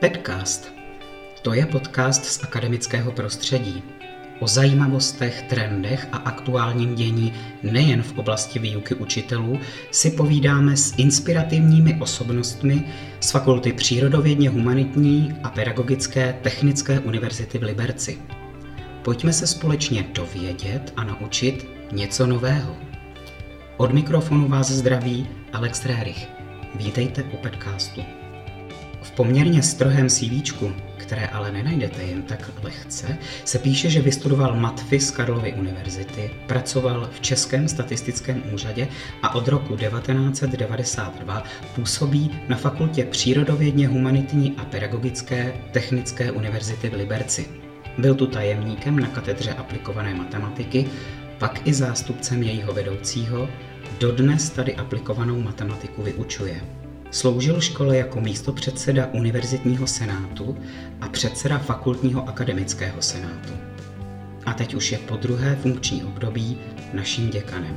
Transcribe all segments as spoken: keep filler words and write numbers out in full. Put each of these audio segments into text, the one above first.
Petcast. To je podcast z akademického prostředí. O zajímavostech, trendech a aktuálním dění nejen v oblasti výuky učitelů si povídáme s inspirativními osobnostmi z Fakulty přírodovědně humanitní a pedagogické Technické univerzity v Liberci. Pojďme se společně dovědět a naučit něco nového. Od mikrofonu vás zdraví Alex Rerich. Vítejte u Petcastu. V poměrně strohém CVčku, které ale nenajdete jen tak lehce, se píše, že vystudoval matfy z Karlovy univerzity, pracoval v Českém statistickém úřadě a od roku devatenáct set devadesát dva působí na Fakultě přírodovědně humanitní a pedagogické Technické univerzity v Liberci. Byl tu tajemníkem na katedře aplikované matematiky, pak i zástupcem jejího vedoucího, dodnes tady aplikovanou matematiku vyučuje. Sloužil škole jako místopředseda univerzitního senátu a předseda fakultního akademického senátu. A teď už je po druhé funkční období naším děkanem.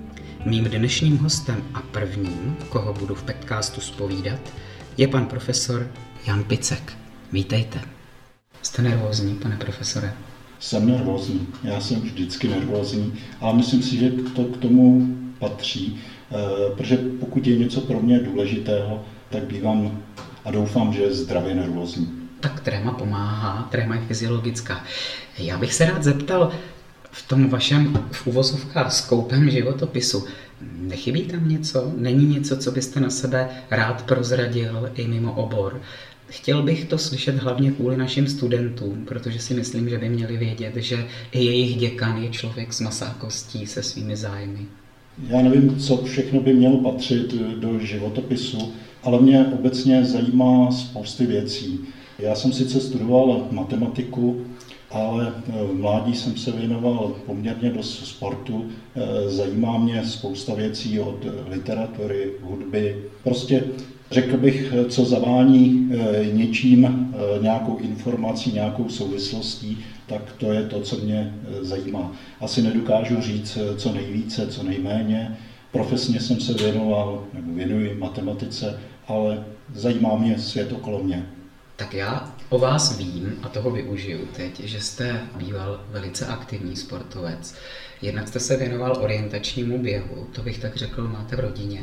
Mým dnešním hostem a prvním, koho budu v Petcastu zpovídat, je pan profesor Jan Picek. Vítejte. Jste nervózní, pane profesore? Jsem nervózní. Já jsem vždycky nervózní, ale myslím si, že to k tomu patří, protože pokud je něco pro mě důležitého, tak bývám a doufám, že zdravě nervózní. Tak tréma pomáhá, tréma je fyziologická. Já bych se rád zeptal, v tom vašem v uvozovkách skoupém životopisu, nechybí tam něco? Není něco, co byste na sebe rád prozradil i mimo obor? Chtěl bych to slyšet hlavně kvůli našim studentům, protože si myslím, že by měli vědět, že i jejich děkan je člověk s masákostí se svými zájmy. Já nevím, co všechno by mělo patřit do životopisu, ale mě obecně zajímá spousty věcí. Já jsem sice studoval matematiku, ale v mládí jsem se věnoval poměrně dost sportu. Zajímá mě spousta věcí od literatury, hudby. Prostě řekl bych, co zavání něčím, nějakou informací, nějakou souvislostí, tak to je to, co mě zajímá. Asi nedokážu říct, co nejvíce, co nejméně. Profesně jsem se věnoval, nebo věnuji matematice, ale zajímá mě svět okolo mě. Tak já o vás vím, a toho využiju teď, že jste býval velice aktivní sportovec. Jednak jste se věnoval orientačnímu běhu, to bych tak řekl, máte v rodině.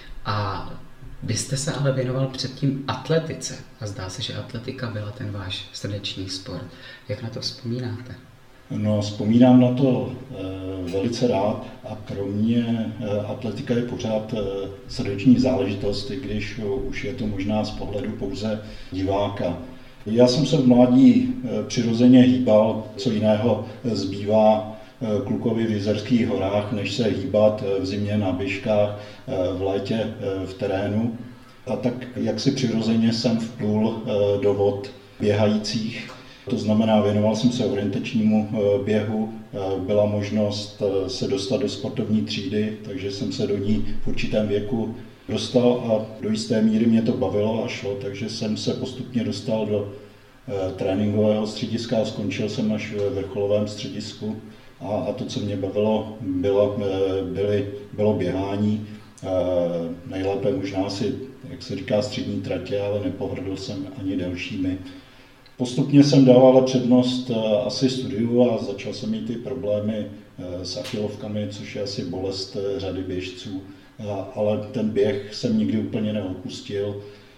A vy jste se ale věnoval předtím atletice a zdá se, že atletika byla ten váš srdeční sport. Jak na to vzpomínáte? No, vzpomínám na to e, velice rád a pro mě e, atletika je pořád e, srdeční záležitost, i když o, už je to možná z pohledu pouze diváka. Já jsem se v mládí e, přirozeně hýbal, co jiného zbývá klukovi v Jizerských horách, než se hýbat v zimě na běžkách, v létě v terénu. A tak jak si přirozeně jsem vplul do vod běhajících. To znamená, věnoval jsem se orientačnímu běhu, byla možnost se dostat do sportovní třídy, takže jsem se do ní v určitém věku dostal a do jisté míry mě to bavilo a šlo, takže jsem se postupně dostal do tréninkového střediska a skončil jsem až ve vrcholovém středisku. A to, co mě bavilo, bylo, byly, bylo běhání, nejlépe možná si, jak se říká, střední tratě, ale nepohrdl jsem ani delšími. Postupně jsem dal ale přednost asi studiu a začal jsem mít ty problémy s achilovkami, což je asi bolest řady běžců, ale ten běh jsem nikdy úplně neopustil.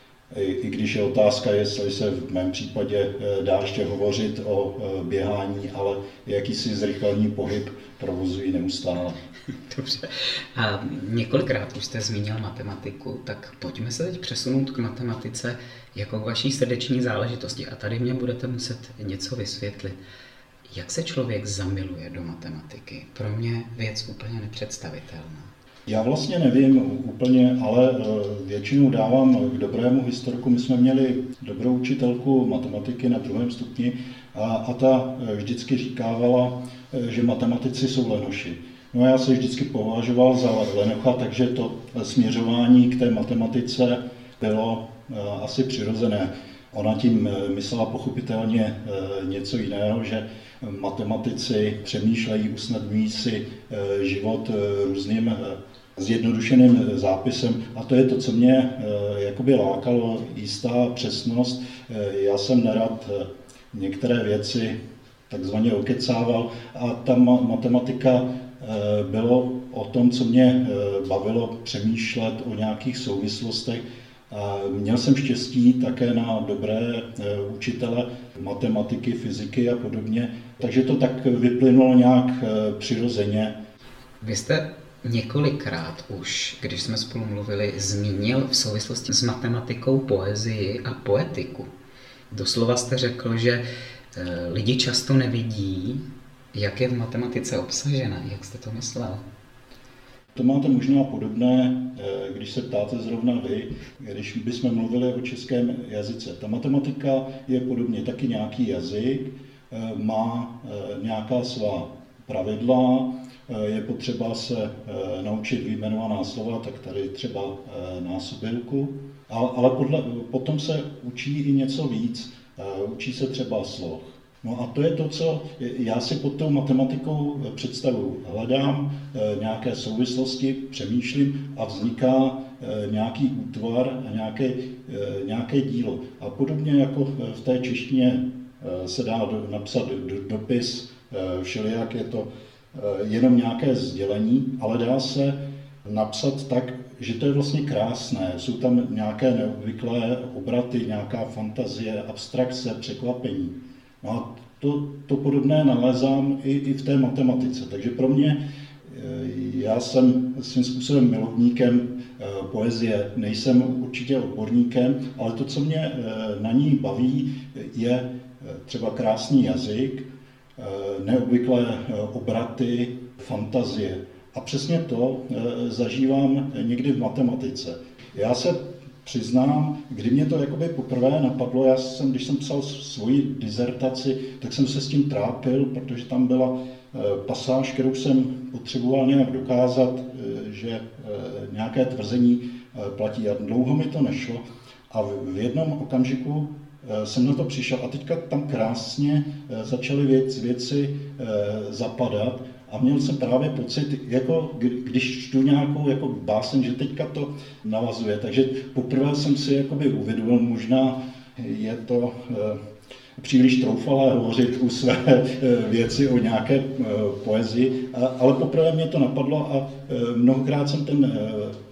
I když je otázka, jestli se v mém případě dá ještě hovořit o běhání, ale jakýsi zrychlený pohyb provozují neustále. Dobře. A několikrát už jste zmínil matematiku, tak pojďme se teď přesunout k matematice jako k vaší srdeční záležitosti. A tady mě budete muset něco vysvětlit. Jak se člověk zamiluje do matematiky? Pro mě věc úplně nepředstavitelná. Já vlastně nevím úplně, ale většinou dávám k dobrému historiku. My jsme měli dobrou učitelku matematiky na druhém stupni a, a ta vždycky říkávala, že matematici jsou lenoši. No já se vždycky považoval za lenocha, takže to směřování k té matematice bylo asi přirozené. Ona tím myslela pochopitelně něco jiného, že matematici přemýšlejí, usnadňují si život různým zjednodušeným zápisem a to je to, co mě jakoby lákalo, jistá přesnost. Já jsem nerad některé věci takzvaně okecával a ta matematika bylo o tom, co mě bavilo přemýšlet o nějakých souvislostech. A měl jsem štěstí také na dobré učitele matematiky, fyziky a podobně, takže to tak vyplynulo nějak přirozeně. Vy jste několikrát už, když jsme spolu mluvili, zmínil v souvislosti s matematikou poezii a poetiku. Doslova jste řekl, že lidi často nevidí, jak je v matematice obsažena. Jak jste to myslel? To máte možná podobné, když se ptáte zrovna vy, když bychom mluvili o českém jazyce. Ta matematika je podobně taky nějaký jazyk, má nějaká svá pravidla, je potřeba se naučit vyjmenovaná slova, tak tady třeba násobilku, ale podle, potom se učí i něco víc, učí se třeba sloh. No a to je to, co já si pod tou matematikou představuji. Hledám nějaké souvislosti, přemýšlím a vzniká nějaký útvar a nějaké, nějaké dílo. A podobně jako v té češtině se dá napsat dopis, všelijak je to jenom nějaké sdělení, ale dá se napsat tak, že to je vlastně krásné. Jsou tam nějaké neobvyklé obraty, nějaká fantazie, abstrakce, překvapení. No a to, to podobné nalézám i, i v té matematice. Takže pro mě, já jsem svým způsobem milovníkem poezie, nejsem určitě odborníkem, ale to, co mě na ní baví, je třeba krásný jazyk, neobvyklé obraty, fantazie. A přesně to zažívám někdy v matematice. Já se přiznám, kdy mě to jakoby poprvé napadlo, já jsem, když jsem psal svoji dizertaci, tak jsem se s tím trápil, protože tam byla pasáž, kterou jsem potřeboval nějak dokázat, že nějaké tvrzení platí. A dlouho mi to nešlo a v jednom okamžiku jsem na to přišel a teďka tam krásně začaly věc, věci zapadat. A měl jsem právě pocit, jako když čtu nějakou jako báseň, že teďka to navazuje. Takže poprvé jsem si jakoby uvědomil, možná je to e, příliš troufalé hovořit u své e, věci o nějaké e, poezii, a, ale poprvé mě to napadlo a e, mnohokrát jsem ten e,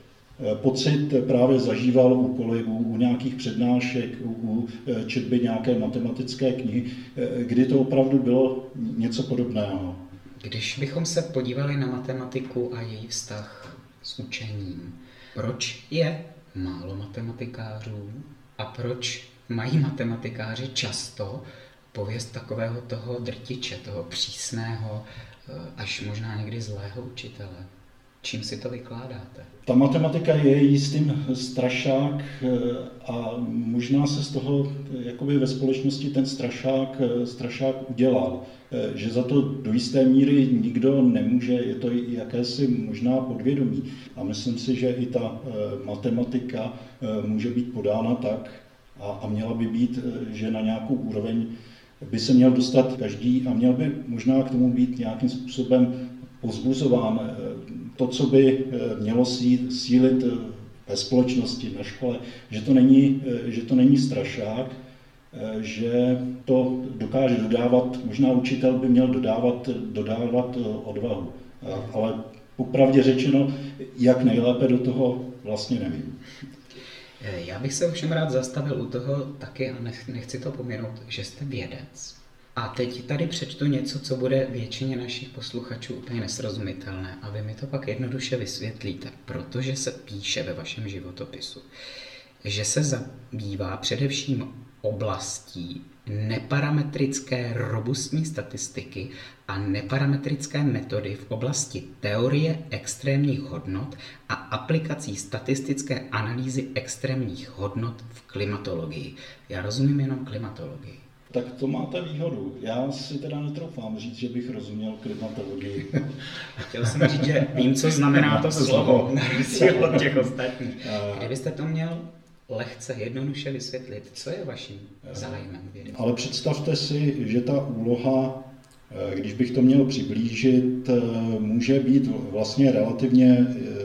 pocit právě zažíval u kolegů, u nějakých přednášek, u, u četby nějaké matematické knihy, e, kdy to opravdu bylo něco podobného. Když bychom se podívali na matematiku a její vztah s učením, proč je málo matematikářů a proč mají matematikáři často pověst takového toho drtiče, toho přísného, až možná někdy zlého učitele? Čím si to vykládáte? Ta matematika je jistým strašák a možná se z toho jakoby ve společnosti ten strašák, strašák udělal. Že za to do jisté míry nikdo nemůže, je to jakési možná podvědomí. A myslím si, že i ta matematika může být podána tak a, a měla by být, že na nějakou úroveň by se měl dostat každý a měl by možná k tomu být nějakým způsobem povzbuzován. To, co by mělo sílit ve společnosti, na škole, že to není, že to není strašák, že to dokáže dodávat, možná učitel by měl dodávat, dodávat odvahu. Ale popravdě řečeno, jak nejlépe do toho vlastně nevím. Já bych se ovšem rád zastavil u toho taky, a nechci to pominout, že jste vědec. A teď tady přečtu něco, co bude většině našich posluchačů úplně nesrozumitelné a vy mi to pak jednoduše vysvětlíte, protože se píše ve vašem životopisu, že se zabývá především oblastí neparametrické robustní statistiky a neparametrické metody v oblasti teorie extrémních hodnot a aplikací statistické analýzy extrémních hodnot v klimatologii. Já rozumím jenom klimatologii. Tak to máte výhodu. Já si teda netroufám říct, že bych rozuměl klimatologii. Chtěl jsem říct, že vím, co znamená to slovo, na rozdíl od těch ostatních. Kdybyste to měl lehce, jednoduše vysvětlit, co je vaším zájmem vědy? Ale představte si, že ta úloha, když bych to měl přiblížit, může být vlastně relativně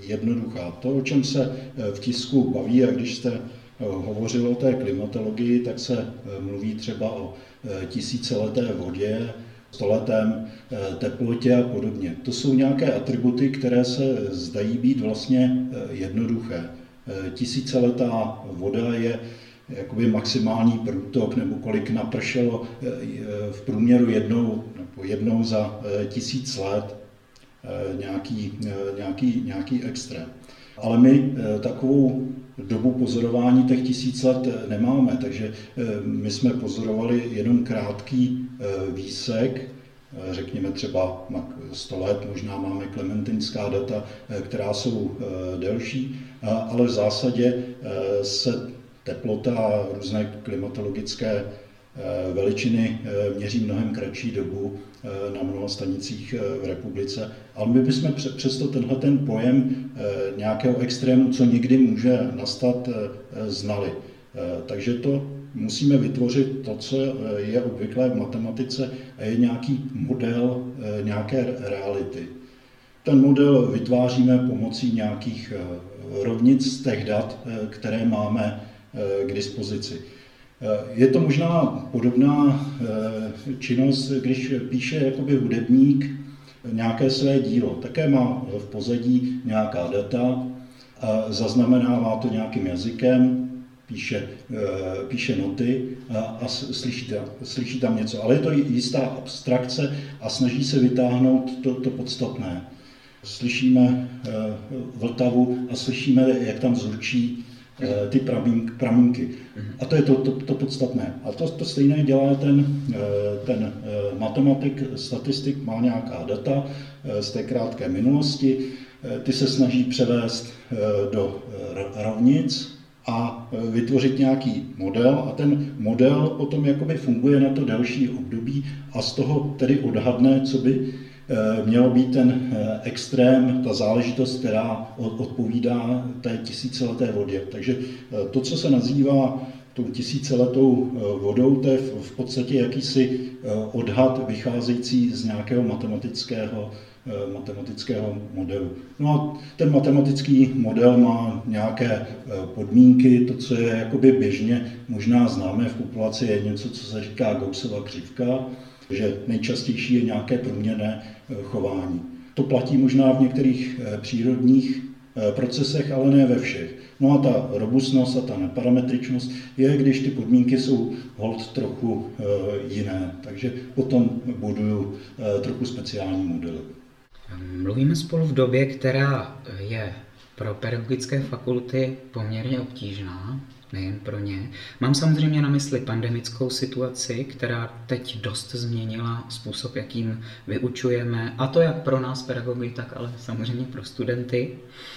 jednoduchá. To, o čem se v tisku baví, a když jste hovořil o té klimatologii, tak se mluví třeba o tisícileté vodě, stoletém teplotě a podobně. To jsou nějaké atributy, které se zdají být vlastně jednoduché. Tisíciletá voda je jakoby maximální průtok, nebo kolik napršelo v průměru jednou, nebo jednou za tisíc let, nějaký, nějaký, nějaký extrém. Ale my takovou dobu pozorování těch tisíc let nemáme, takže my jsme pozorovali jenom krátký výsek, řekněme třeba sto let, možná máme klementinská data, která jsou delší, ale v zásadě se teplota a různé klimatologické veličiny měří mnohem kratší dobu na mnoha stanicích v republice. Ale my bychom přesto tenhle ten pojem nějakého extrému, co někdy může nastat, znali. Takže to musíme vytvořit to, co je obvyklé v matematice, a je nějaký model nějaké reality. Ten model vytváříme pomocí nějakých rovnic z těch dat, které máme k dispozici. Je to možná podobná činnost, když píše jakoby hudebník nějaké své dílo. Také má v pozadí nějaká data, zaznamenává to nějakým jazykem, píše, píše noty a slyší tam, slyší tam něco. Ale je to jistá abstrakce a snaží se vytáhnout to, to podstatné. Slyšíme Vltavu a slyšíme, jak tam zurčí ty pramínky. A to je to, to, to podstatné. A to, to stejné dělá ten, ten matematik, statistik, má nějaká data z té krátké minulosti, ty se snaží převést do rovnic a vytvořit nějaký model, a ten model potom jakoby funguje na to delší období a z toho tedy odhadne, co by mělo být ten extrém, ta záležitost, která odpovídá té tisícileté vodě. Takže to, co se nazývá tou tisíciletou vodou, to je v podstatě jakýsi odhad vycházející z nějakého matematického, matematického modelu. No a ten matematický model má nějaké podmínky, to, co je jakoby běžně možná známé v populaci, je něco, co se říká Gaussova křivka, že nejčastější je nějaké průměrné chování. To platí možná v některých přírodních procesech, ale ne ve všech. No a ta robustnost a ta neparametričnost je, když ty podmínky jsou holt trochu jiné. Takže potom buduju trochu speciální modely. Mluvíme spolu v době, která je pro pedagogické fakulty poměrně obtížná, nejen pro ně. Mám samozřejmě na mysli pandemickou situaci, která teď dost změnila způsob, jakým vyučujeme, a to jak pro nás pedagogy, tak ale samozřejmě pro studenty.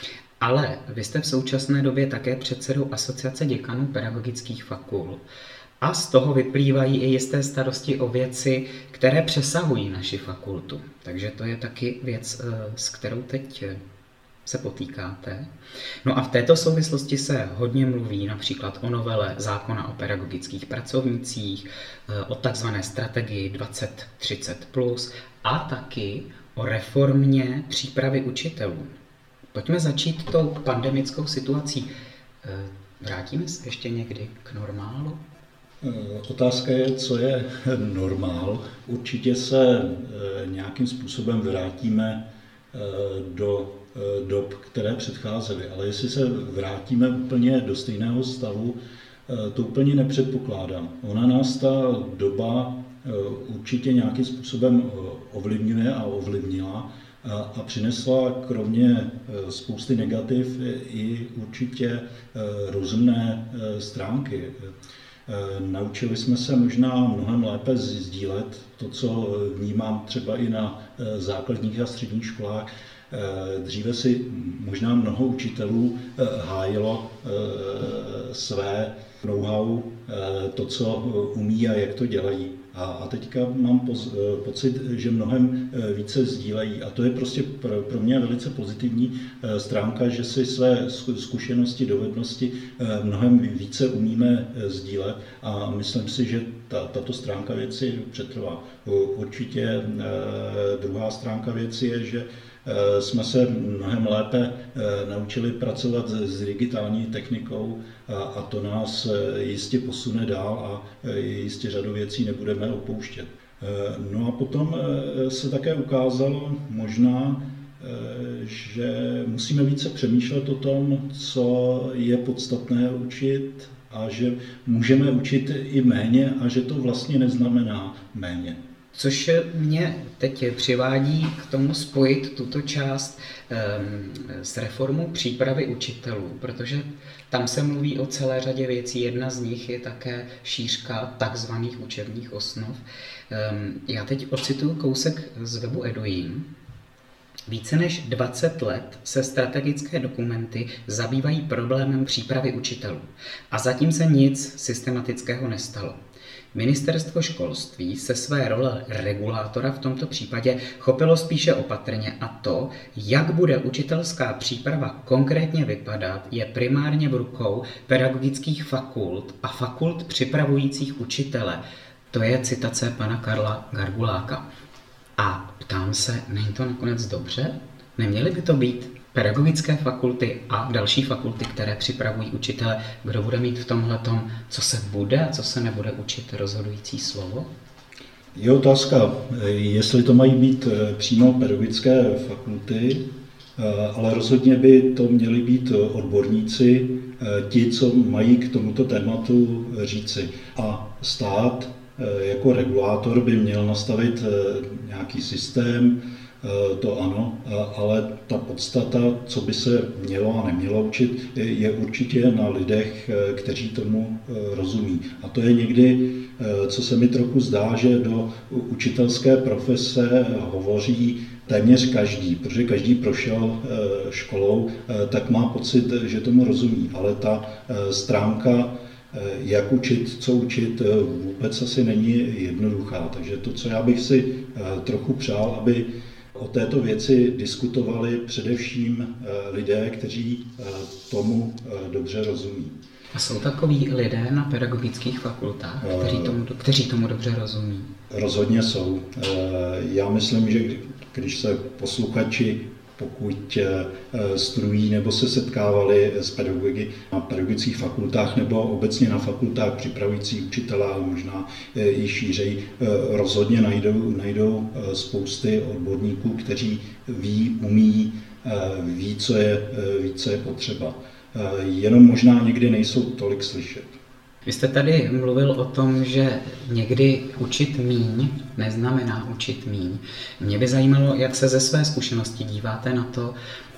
Ale vy jste v současné době také předsedou Asociace děkanů pedagogických fakult. A z toho vyplývají i jisté starosti o věci, které přesahují naši fakultu. Takže to je taky věc, s kterou teď se potýkáte. No a v této souvislosti se hodně mluví například o novele zákona o pedagogických pracovnících, o takzvané strategii dvacet třicet plus a taky o reformě přípravy učitelů. Pojďme začít tou pandemickou situací. Vrátíme se ještě někdy k normálu? Otázka je, co je normál. Určitě se nějakým způsobem vrátíme do dob, které předcházely, ale jestli se vrátíme úplně do stejného stavu, to úplně nepředpokládám. Ona nás ta doba určitě nějakým způsobem ovlivňuje a ovlivnila a přinesla kromě spousty negativ i určitě rozumné stránky. Naučili jsme se možná mnohem lépe sdílet to, co vnímám třeba i na základních a středních školách. Dříve si možná mnoho učitelů hájilo své know-how, to, co umí a jak to dělají. A teďka mám poz, pocit, že mnohem více sdílejí. A to je prostě pro, pro mě velice pozitivní stránka, že si své zkušenosti, dovednosti mnohem více umíme sdílet. A myslím si, že ta, tato stránka věci přetrvá. Určitě druhá stránka věci je, že jsme se mnohem lépe naučili pracovat s digitální technikou a to nás jistě posune dál a jistě řadu věcí nebudeme opouštět. No a potom se také ukázalo možná, že musíme více přemýšlet o tom, co je podstatné učit a že můžeme učit i méně a že to vlastně neznamená méně. Což mě teď přivádí k tomu spojit tuto část s reformou přípravy učitelů, protože tam se mluví o celé řadě věcí. Jedna z nich je také šířka takzvaných učebních osnov. Já teď ocituju kousek z webu Eduin. Více než dvacet let se strategické dokumenty zabývají problémem přípravy učitelů a zatím se nic systematického nestalo. Ministerstvo školství se své role regulátora v tomto případě chopilo spíše opatrně a to, jak bude učitelská příprava konkrétně vypadat, je primárně v rukou pedagogických fakult a fakult připravujících učitele. To je citace pana Karla Garguláka. A ptám se, není to nakonec dobře? Neměly by to být pedagogické fakulty a další fakulty, které připravují učitele, kdo bude mít v tomhletom, co se bude a co se nebude učit, rozhodující slovo? Je otázka, jestli to mají být přímo pedagogické fakulty, ale rozhodně by to měli být odborníci, ti, co mají k tomuto tématu říci. A stát jako regulátor by měl nastavit nějaký systém, to ano, ale ta podstata, co by se mělo a nemělo učit, je určitě na lidech, kteří tomu rozumí. A to je někdy, co se mi trochu zdá, že do učitelské profese hovoří téměř každý, protože každý prošel školou, tak má pocit, že tomu rozumí, ale ta stránka, jak učit, co učit, vůbec asi není jednoduchá. Takže to, co já bych si trochu přál, aby o této věci diskutovali především lidé, kteří tomu dobře rozumí. A jsou takoví lidé na pedagogických fakultách, kteří tomu, kteří tomu dobře rozumí? Rozhodně jsou. Já myslím, že když se posluchači, pokud studují nebo se setkávali s pedagogy na pedagogických fakultách nebo obecně na fakultách připravující učitele, ale možná i šířej, rozhodně najdou, najdou spousty odborníků, kteří ví, umí, ví, co je, ví, co je potřeba. Jenom možná někdy nejsou tolik slyšet. Vy jste tady mluvil o tom, že někdy učit míň neznamená učit míň. Mě by zajímalo, jak se ze své zkušenosti díváte na to,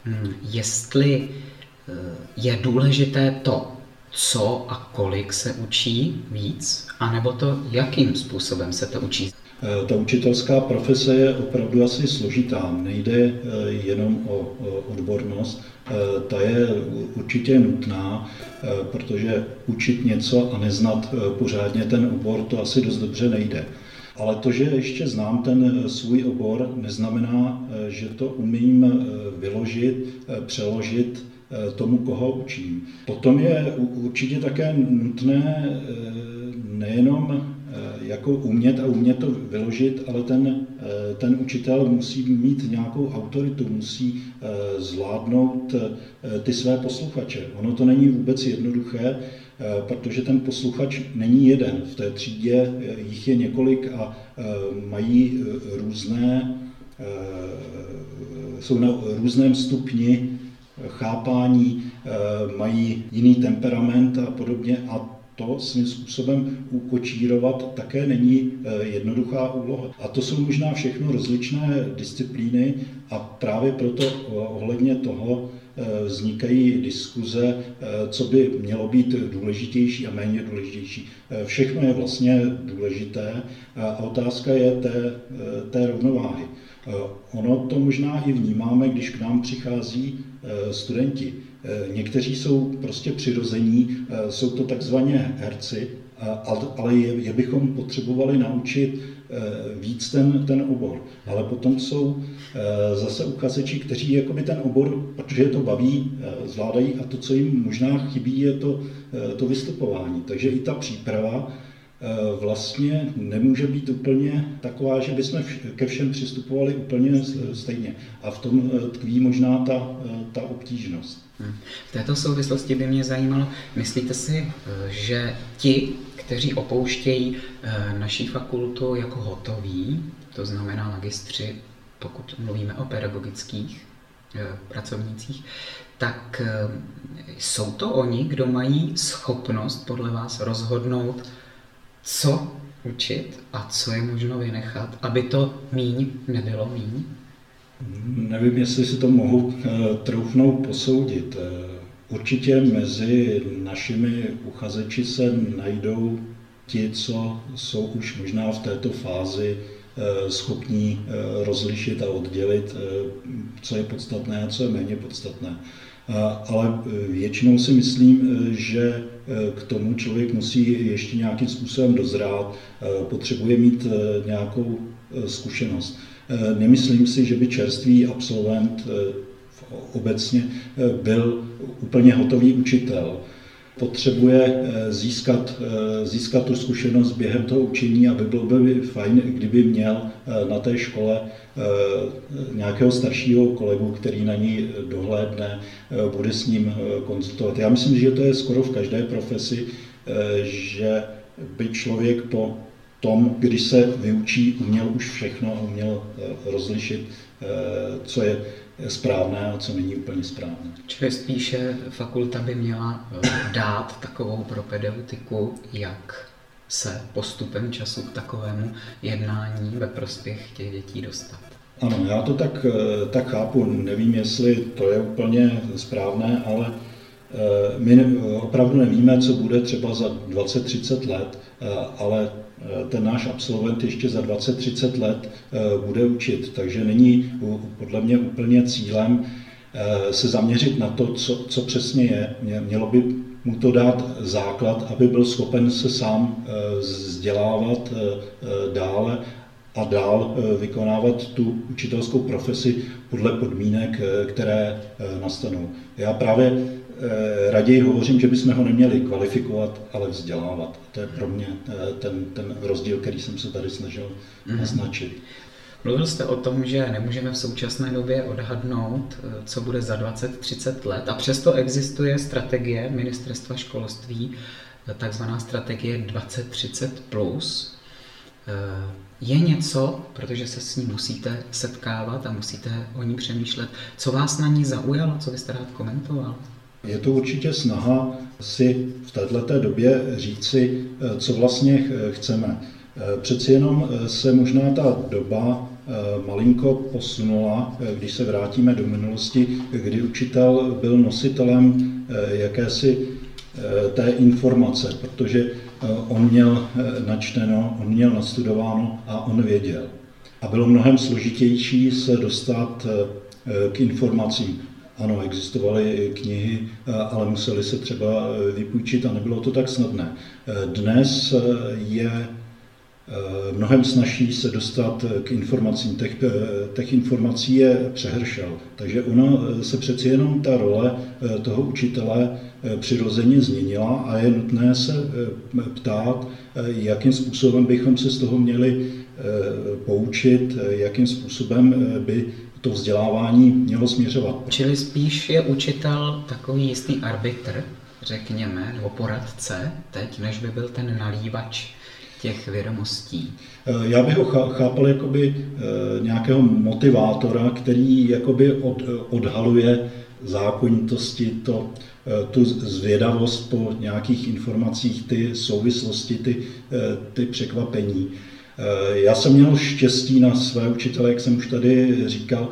jestli je důležité to, co a kolik se učí víc, anebo to, jakým způsobem se to učí. Ta učitelská profese je opravdu asi složitá. Nejde jenom o odbornost, ta je určitě nutná, protože učit něco a neznat pořádně ten obor, to asi dost dobře nejde. Ale to, že ještě znám ten svůj obor, neznamená, že to umím vyložit, přeložit tomu, koho učím. Potom je určitě také nutné nejenom jako umět a umět to vyložit, ale ten, ten učitel musí mít nějakou autoritu, musí zvládnout ty své posluchače. Ono to není vůbec jednoduché, protože ten posluchač není jeden. V té třídě jich je několik a mají různé, jsou na různém stupni chápání, mají jiný temperament a podobně a to svým způsobem ukočírovat také není jednoduchá úloha. A to jsou možná všechno rozličné disciplíny a právě proto ohledně toho vznikají diskuze, co by mělo být důležitější a méně důležitější. Všechno je vlastně důležité a otázka je té, té rovnováhy. Ono to možná i vnímáme, když k nám přichází studenti. Někteří jsou prostě přirození, jsou to takzvaně herci, ale je, je bychom potřebovali naučit víc ten, ten obor. Ale potom jsou zase uchazeči, kteří jakoby ten obor, protože je to baví, zvládají a to, co jim možná chybí, je to, to vystupování. Takže i ta příprava vlastně nemůže být úplně taková, že bychom ke všem přistupovali úplně stejně. A v tom tkví možná ta, ta obtížnost. V této souvislosti by mě zajímalo, myslíte si, že ti, kteří opouštějí naší fakultu jako hotoví, to znamená magistři, pokud mluvíme o pedagogických pracovnících, tak jsou to oni, kdo mají schopnost podle vás rozhodnout, co učit a co je možno vynechat, aby to míň nebylo míň? Nevím, jestli si to mohu troufnout posoudit. Určitě mezi našimi uchazeči se najdou ti, co jsou už možná v této fázi schopní rozlišit a oddělit, co je podstatné a co je méně podstatné. Ale většinou si myslím, že k tomu člověk musí ještě nějakým způsobem dozrát, potřebuje mít nějakou zkušenost. Nemyslím si, že by čerstvý absolvent obecně byl úplně hotový učitel. Potřebuje získat, získat tu zkušenost během toho učení a by bylo by fajn, kdyby měl na té škole nějakého staršího kolegu, který na ní dohlédne, bude s ním konzultovat. Já myslím, že to je skoro v každé profesi, že by člověk po tom, když se vyučí, uměl už všechno a uměl rozlišit, co je správné a co není úplně správné. Čili spíše fakulta by měla dát takovou propedeutiku, jak se postupem času k takovému jednání ve prospěch těch dětí dostat. Ano, já to tak, tak chápu. Nevím, jestli to je úplně správné, ale my opravdu nevíme, co bude třeba za dvacet třicet let, ale ten náš absolvent ještě za dvacet třicet let bude učit, takže není podle mě úplně cílem se zaměřit na to, co, co přesně je. Mělo by mu to dát základ, aby byl schopen se sám vzdělávat dále a dál vykonávat tu učitelskou profesi podle podmínek, které nastanou. Já právě raději hovořím, že bychom ho neměli kvalifikovat, ale vzdělávat. To je pro mě ten, ten rozdíl, který jsem se tady snažil naznačit. Mluvil jste o tom, že nemůžeme v současné době odhadnout, co bude za dvacet třicet let, a přesto existuje strategie Ministerstva školství, takzvaná strategie dvacet třicet plus. Je něco, protože se s ní musíte setkávat a musíte o ní přemýšlet, co vás na ní zaujalo, co byste rád komentoval? Je to určitě snaha si v této době říci, co vlastně chceme. Přeci jenom se možná ta doba malinko posunula, když se vrátíme do minulosti, kdy učitel byl nositelem jakési té informace, protože on měl načteno, on měl nastudováno a on věděl. A bylo mnohem složitější se dostat k informacím. Ano, existovaly knihy, ale museli se třeba vypůjčit a nebylo to tak snadné. Dnes je mnohem snazší se dostat k informacím. Těch, těch informací je přehršel. Takže ona se přeci jenom ta role toho učitele přirozeně změnila a je nutné se ptát, jakým způsobem bychom se z toho měli poučit, jakým způsobem by to vzdělávání mělo směřovat. Čili spíš je učitel takový jistý arbitr, řekněme, nebo poradce teď, než by byl ten nalívač těch vědomostí. Já bych ho chápal jakoby nějakého motivátora, který jakoby od, odhaluje zákonitosti, to, tu zvědavost po nějakých informacích, ty souvislosti, ty, ty překvapení. Já jsem měl štěstí na své učitele, jak jsem už tady říkal,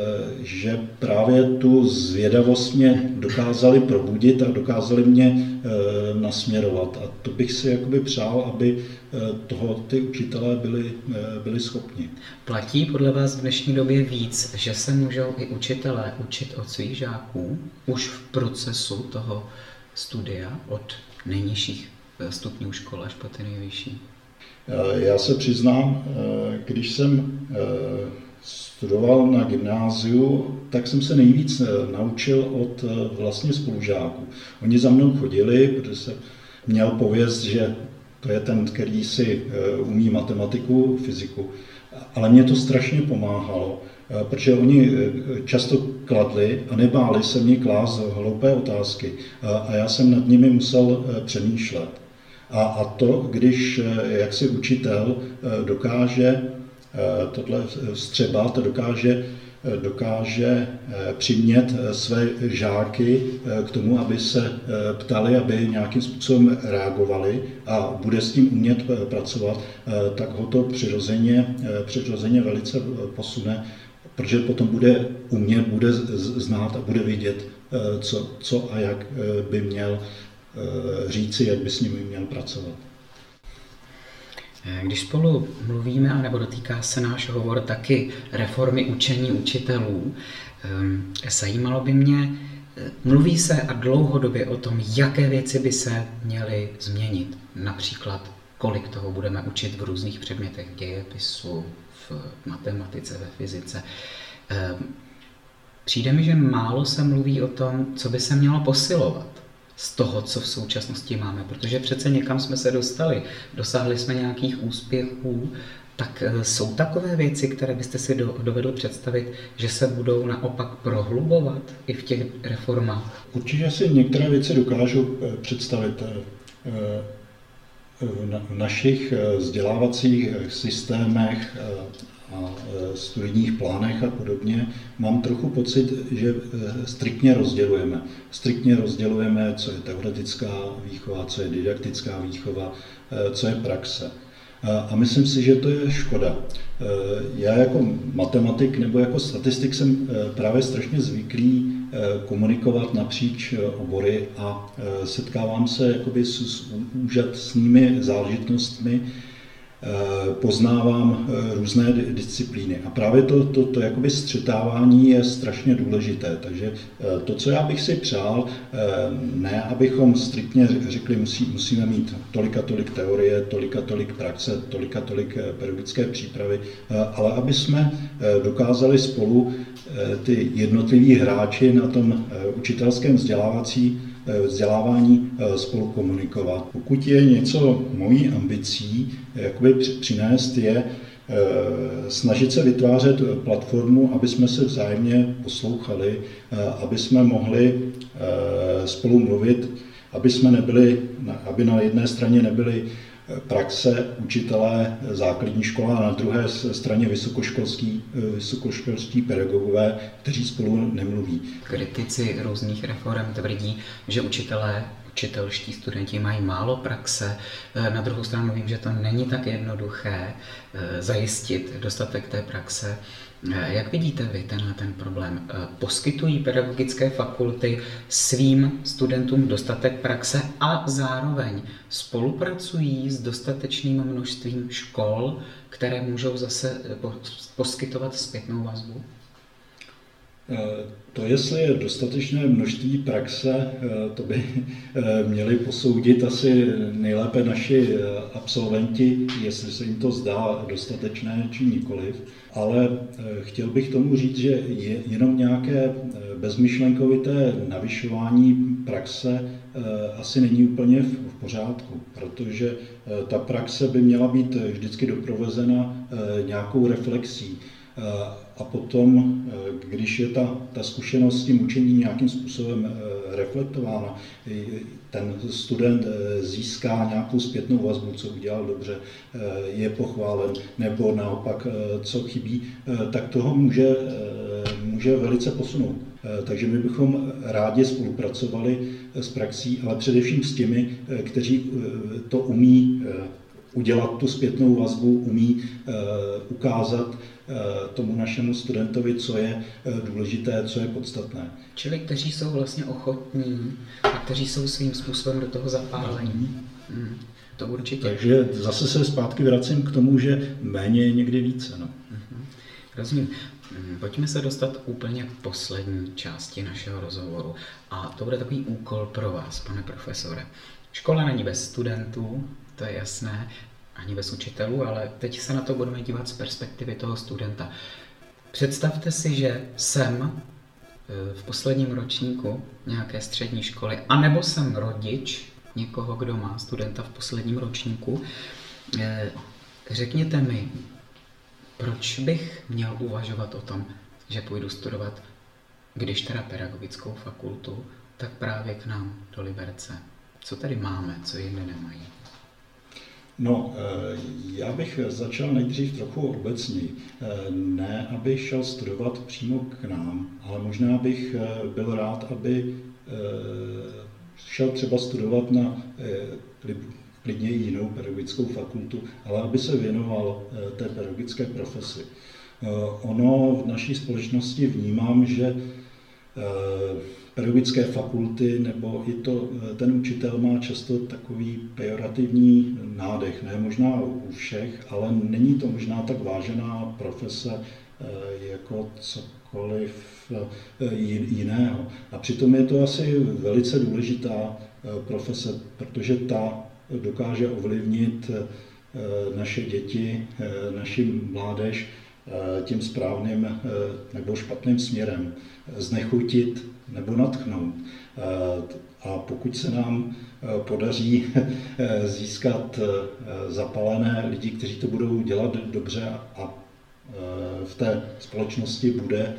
že právě tu zvědavost mě dokázali probudit a dokázali mě nasměrovat. A to bych si jakoby přál, aby toho ty učitelé byli, byli schopni. Platí podle vás v dnešní době víc, že se můžou i učitelé učit od svých žáků už v procesu toho studia od nejnižších stupňů škol až po ty nejvyšší? Já se přiznám, když jsem studoval na gymnáziu, tak jsem se nejvíc naučil od vlastně spolužáků. Oni za mnou chodili, protože jsem měl pověst, že To je ten, který si umí matematiku, fyziku. Ale mě to strašně pomáhalo, protože oni často kladli a nebáli se mě klást hloupé otázky a já jsem nad nimi musel přemýšlet. A, a to, když jaksi učitel dokáže tohle vstřebat, dokáže, dokáže přimět své žáky k tomu, aby se ptali, aby nějakým způsobem reagovali a bude s tím umět pracovat, tak ho to přirozeně, přirozeně velice posune, protože potom bude umět, bude znát a bude vidět, co, co a jak by měl říci, jak by s nimi měl pracovat. Když spolu mluvíme, nebo dotýká se náš hovor taky reformy učení učitelů, zajímalo by mě, mluví se a dlouhodobě o tom, jaké věci by se měly změnit. Například, kolik toho budeme učit v různých předmětech dějepisu, v matematice, ve fyzice. Přijde mi, že málo se mluví o tom, co by se mělo posilovat z toho, co v současnosti máme, protože přece někam jsme se dostali, dosáhli jsme nějakých úspěchů, tak jsou takové věci, které byste si dovedl představit, že se budou naopak prohlubovat i v těch reformách? Určitě si některé věci dokážu představit. V našich vzdělávacích systémech a studijních plánech a podobně, mám trochu pocit, že striktně rozdělujeme. Striktně rozdělujeme, co je teoretická výchova, co je didaktická výchova, co je praxe. A myslím si, že to je škoda. Já jako matematik nebo jako statistik jsem právě strašně zvyklý komunikovat napříč obory a setkávám se jakoby s úžasnými záležitostmi, poznávám různé disciplíny. A právě to, to, to jakoby střetávání je strašně důležité. Takže to, co já bych si přál, ne abychom striktně řekli, musí, musíme mít tolik a tolik teorie, tolik a tolik praxe, tolik a tolik pedagogické přípravy, ale aby jsme dokázali spolu ty jednotliví hráči na tom učitelském vzdělávací vzdělávání spolu komunikovat. Pokud je něco mojí ambicí, jakoby přinést, je snažit se vytvářet platformu, aby jsme se vzájemně poslouchali, aby jsme mohli spolu mluvit, aby jsme nebyli, aby na jedné straně nebyli praxe učitelé základní škola a na druhé straně vysokoškolský, vysokoškolští pedagogové, kteří spolu nemluví. Kritici různých reform tvrdí, že učitelé, učitelští studenti mají málo praxe. Na druhou stranu vím, že to není tak jednoduché zajistit dostatek té praxe. Jak vidíte vy tenhle ten problém? Poskytují pedagogické fakulty svým studentům dostatek praxe a zároveň spolupracují s dostatečným množstvím škol, které můžou zase poskytovat zpětnou vazbu? To, jestli je dostatečné množství praxe, to by měli posoudit asi nejlépe naši absolventi, jestli se jim to zdá dostatečné či nikoliv. Ale chtěl bych tomu říct, že je jenom nějaké bezmyšlenkovité navyšování praxe asi není úplně v pořádku, protože ta praxe by měla být vždycky doprovozena nějakou reflexí. A potom, když je ta, ta zkušenost s tím učením nějakým způsobem reflektována, ten student získá nějakou zpětnou vazbu, co udělal dobře, je pochválen, nebo naopak, co chybí, tak toho může, může velice posunout. Takže my bychom rádi spolupracovali s praxí, ale především s těmi, kteří to umí udělat tu zpětnou vazbu, umí ukázat tomu našemu studentovi, co je důležité, co je podstatné. Čili kteří jsou vlastně ochotní a kteří jsou svým způsobem do toho zapálení. Hmm, to určitě. Takže zase se zpátky vracím k tomu, že méně je někdy více. No. Hmm, rozumím. Pojďme se dostat úplně k poslední části našeho rozhovoru. A to bude takový úkol pro vás, pane profesore. Škola není bez studentů, to je jasné, ani bez učitelů, ale teď se na to budeme dívat z perspektivy toho studenta. Představte si, že jsem v posledním ročníku nějaké střední školy, anebo jsem rodič někoho, kdo má studenta v posledním ročníku. Řekněte mi, proč bych měl uvažovat o tom, že půjdu studovat, když teda pedagogickou fakultu, tak právě k nám do Liberce. Co tady máme, co jinde nemají? No, já bych začal nejdřív trochu obecněji. Ne, abych šel studovat přímo k nám, ale možná bych byl rád, aby šel třeba studovat na klidně jinou pedagogickou fakultu, ale aby se věnoval té pedagogické profesi. Ono v naší společnosti vnímám, že pedagogické fakulty nebo i to, ten učitel má často takový pejorativní nádech, ne možná u všech, ale není to možná tak vážená profese jako cokoliv jiného. A přitom je to asi velice důležitá profese, protože ta dokáže ovlivnit naše děti, naši mládež tím správným nebo špatným směrem, znechutit nebo nadchnout. A pokud se nám podaří získat zapalené lidi, kteří to budou dělat dobře a v té společnosti bude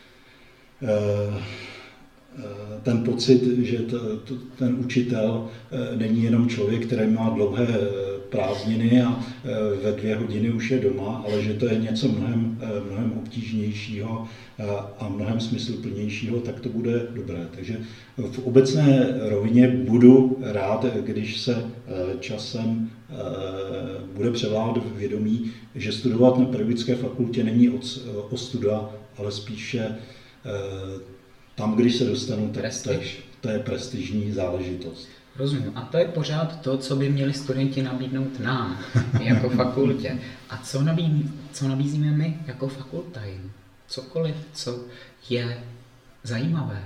ten pocit, že to, to, ten učitel není jenom člověk, který má dlouhé prázdniny a ve dvě hodiny už je doma, ale že to je něco mnohem, mnohem obtížnějšího a mnohem smysluplnějšího, tak to bude dobré. Takže v obecné rovině budu rád, když se časem bude převládat vědomí, že studovat na pedagogické fakultě není ostuda, ale spíše tam, když se dostanu, tak Prestiž. to je prestižní záležitost. Rozumím. A to je pořád to, co by měli studenti nabídnout nám jako fakultě. A co, nabízí, co nabízíme my jako fakulta jim? Cokoliv, co je zajímavé.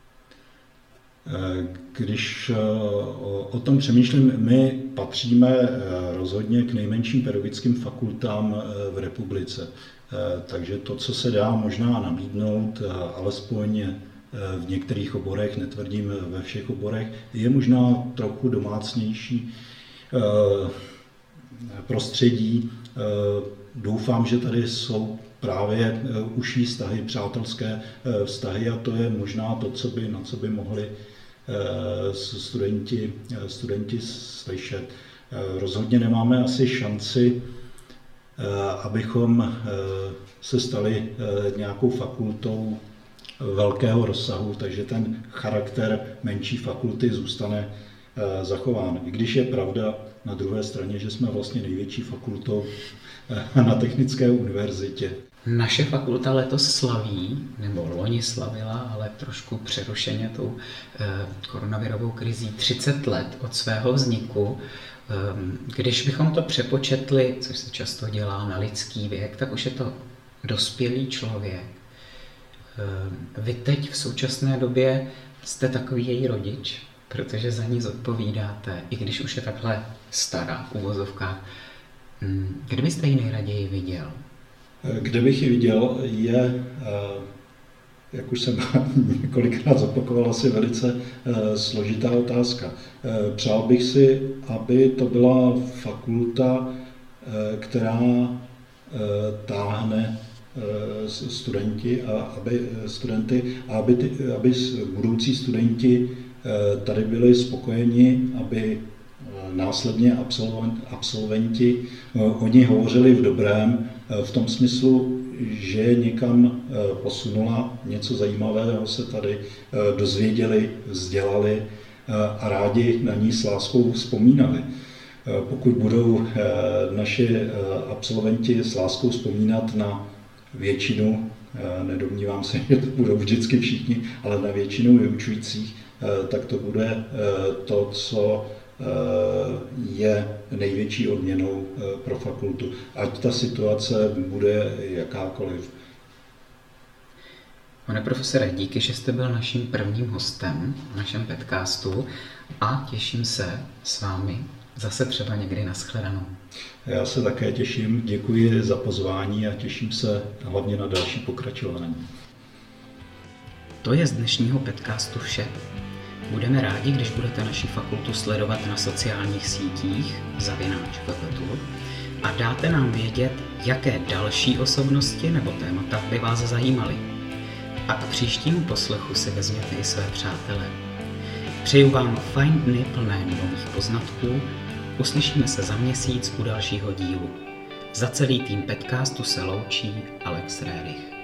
Když o tom přemýšlím, my patříme rozhodně k nejmenším pedagogickým fakultám v republice. Takže to, co se dá možná nabídnout, alespoň v některých oborech, netvrdím ve všech oborech, je možná trochu domácnější prostředí. Doufám, že tady jsou právě užší vztahy, přátelské vztahy a to je možná to, co by, na co by mohli studenti, studenti slyšet. Rozhodně nemáme asi šanci, abychom se stali nějakou fakultou velkého rozsahu, takže ten charakter menší fakulty zůstane zachován. I když je pravda na druhé straně, že jsme vlastně největší fakultou na Technické univerzitě. Naše fakulta letos slaví, nebo loni slavila, ale trošku přerušeně tou koronavirovou krizí třicet let od svého vzniku. Když bychom to přepočetli, což se často dělá na lidský věk, tak už je to dospělý člověk. Vy teď v současné době jste takový její rodič, protože za ní zodpovídáte, i když už je takhle stará v uvozovkách. Kde byste ji nejraději viděl? Kde bych ji viděl, je, jak už jsem několikrát zopakoval, asi velice složitá otázka. Přál bych si, aby to byla fakulta, která táhne studenti a aby studenty, a aby, ty, aby budoucí studenti tady byli spokojeni, aby následně absolventi o ní hovořili v dobrém, v tom smyslu, že někam posunula, něco zajímavého se tady dozvěděli, vzdělali a rádi na ní s láskou vzpomínali. Pokud budou naši absolventi s láskou vzpomínat na většinu, nedomnívám se, že to budou vždycky všichni, ale na většinu vyučujících, tak to bude to, co je největší odměnou pro fakultu. Ať ta situace bude jakákoliv. Pane profesore, díky, že jste byl naším prvním hostem v našem podcastu a těším se s vámi zase třeba někdy na shledanou. Já se také těším, děkuji za pozvání a těším se hlavně na další pokračování. To je z dnešního podcastu vše. Budeme rádi, když budete naši fakultu sledovat na sociálních sítích zavináč fakultu a dáte nám vědět, jaké další osobnosti nebo témata by vás zajímaly. A k příštímu poslechu si vezměte i své přátele. Přeju vám fajn dny plné nových poznatků. Uslyšíme se za měsíc u dalšího dílu. Za celý tým podcastu se loučí Alex Rerich.